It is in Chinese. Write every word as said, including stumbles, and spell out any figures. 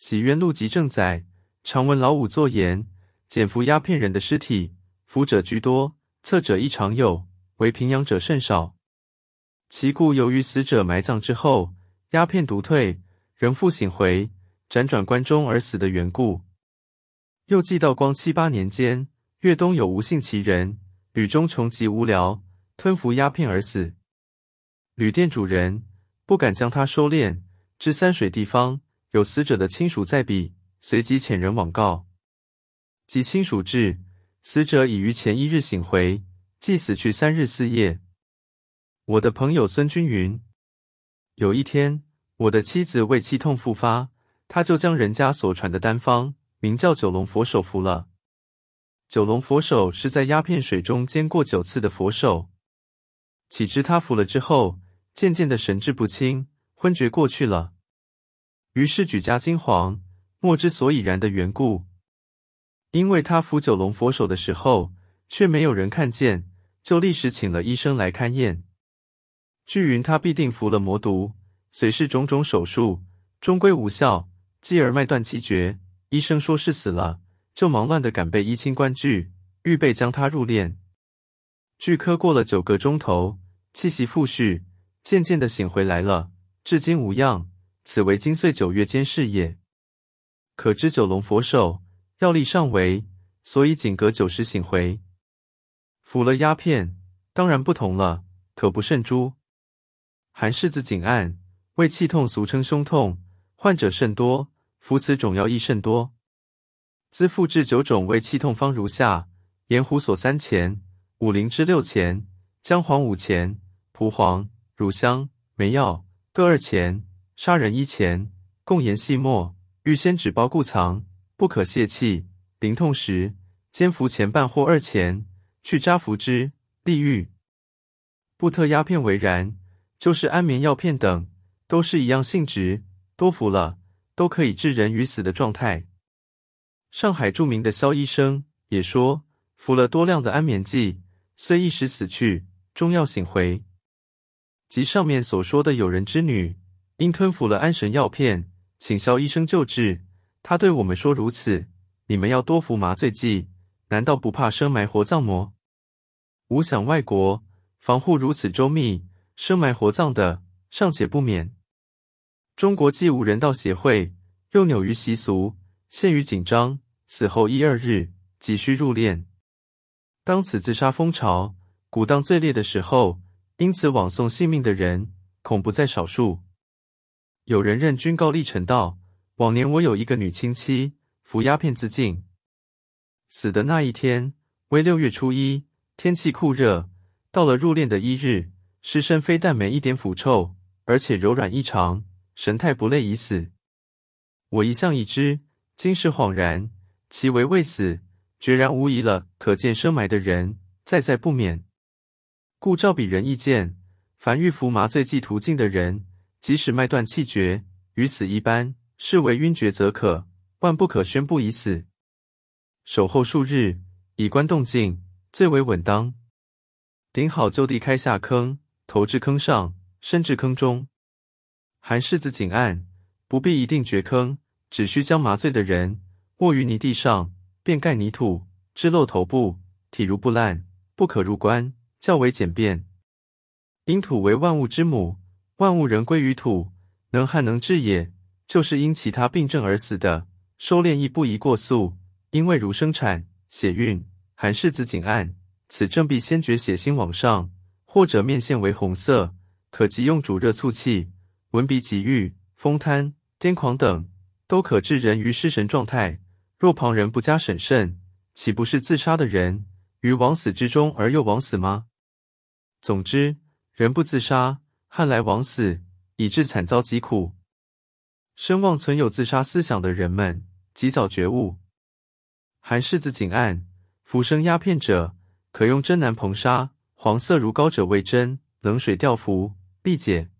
洗冤录集正载，常闻老五作言，减服鸦片人的尸体，服者居多，侧者亦常有，唯平阳者甚少。其故由于死者埋葬之后，鸦片独退，仍复醒回，辗转关中而死的缘故。又记道光七八年间，粤东有吴姓奇人，旅中穷极无聊，吞服鸦片而死。旅店主人不敢将他收敛，至三水地方有死者的亲属在彼，随即遣人往告。及亲属至，死者已于前一日醒回，即死去三日四夜。我的朋友孙君云，有一天，我的妻子胃气痛复发，他就将人家所传的单方，名叫九龙佛手服了。九龙佛手是在鸦片水中煎过九次的佛手。岂知他服了之后，渐渐的神志不清，昏厥过去了。于是举家惊惶，莫之所以然的缘故。因为他服九龙佛手的时候，却没有人看见，就立时请了医生来勘验。据云他必定服了魔毒，虽是种种手术，终归无效，继而脉断气绝。医生说是死了，就忙乱地赶备衣清官具，预备将他入殓。据科过了九个钟头，气息复续，渐渐地醒回来了，至今无恙，此为今岁九月间事也。可知九龙佛手药力尚微，所以仅隔九时醒回。服了鸦片，当然不同了，可不胜诛。韩氏子颈案，胃气痛俗称胸痛，患者甚多，服此种药亦甚多。兹复制九种胃气痛方如下：盐胡索三钱，五灵芝六钱，姜黄五钱，蒲黄、乳香、梅药各二钱，砂仁一钱，共研细末，预先纸包固藏，不可泄气。淋痛时，煎服前半或二钱，去渣服之，利郁。不特鸦片为然，就是安眠药片等，都是一样性质，多服了，都可以致人于死的状态。上海著名的萧医生也说，服了多量的安眠剂，虽一时死去，终要醒回。即上面所说的有人之女，因吞服了安神药片，请萧医生救治，他对我们说如此，你们要多服麻醉剂，难道不怕生埋活葬么？吾想外国防护如此周密，生埋活葬的尚且不免。中国既无人道协会，又扭于习俗，陷于紧张，死后一二日急需入殓。当此自杀风潮鼓荡最烈的时候，因此枉送性命的人恐不在少数。有人任君告立陈道，往年我有一个女亲戚，服鸦片自尽。死的那一天为六月初一，天气酷热，到了入殓的一日，尸身非但没一点腐臭，而且柔软异常，神态不累已死。我一向已知，今时恍然，其为未死，决然无疑了。可见生埋的人在在不免。故照彼人意见，凡欲服麻醉剂途径的人，即使脉断气绝，与死一般，视为晕厥则可，万不可宣布已死。守候数日，以观动静，最为稳当。顶好就地开下坑，头至坑上，身至坑中。韩氏子颈案，不必一定掘坑，只需将麻醉的人卧于泥地上，便盖泥土，支漏头部，体如不烂，不可入棺，较为简便。因土为万物之母，万物仍归于土，能汉能治也。就是因其他病症而死的，收敛亦不宜过速，因为如生产、血运、韩氏子颈案，此症必先觉血腥往上，或者面线为红色，可即用煮热促气，闻鼻急郁、风瘫、癫狂等，都可致人于失神状态。若旁人不加审慎，岂不是自杀的人于枉死之中而又枉死吗？总之，人不自杀，汉来枉死，以致惨遭疾苦。深望存有自杀思想的人们及早觉悟。韩氏子颈案，服生鸦片者，可用真南硼砂，黄色如膏者为针，冷水吊服，力解。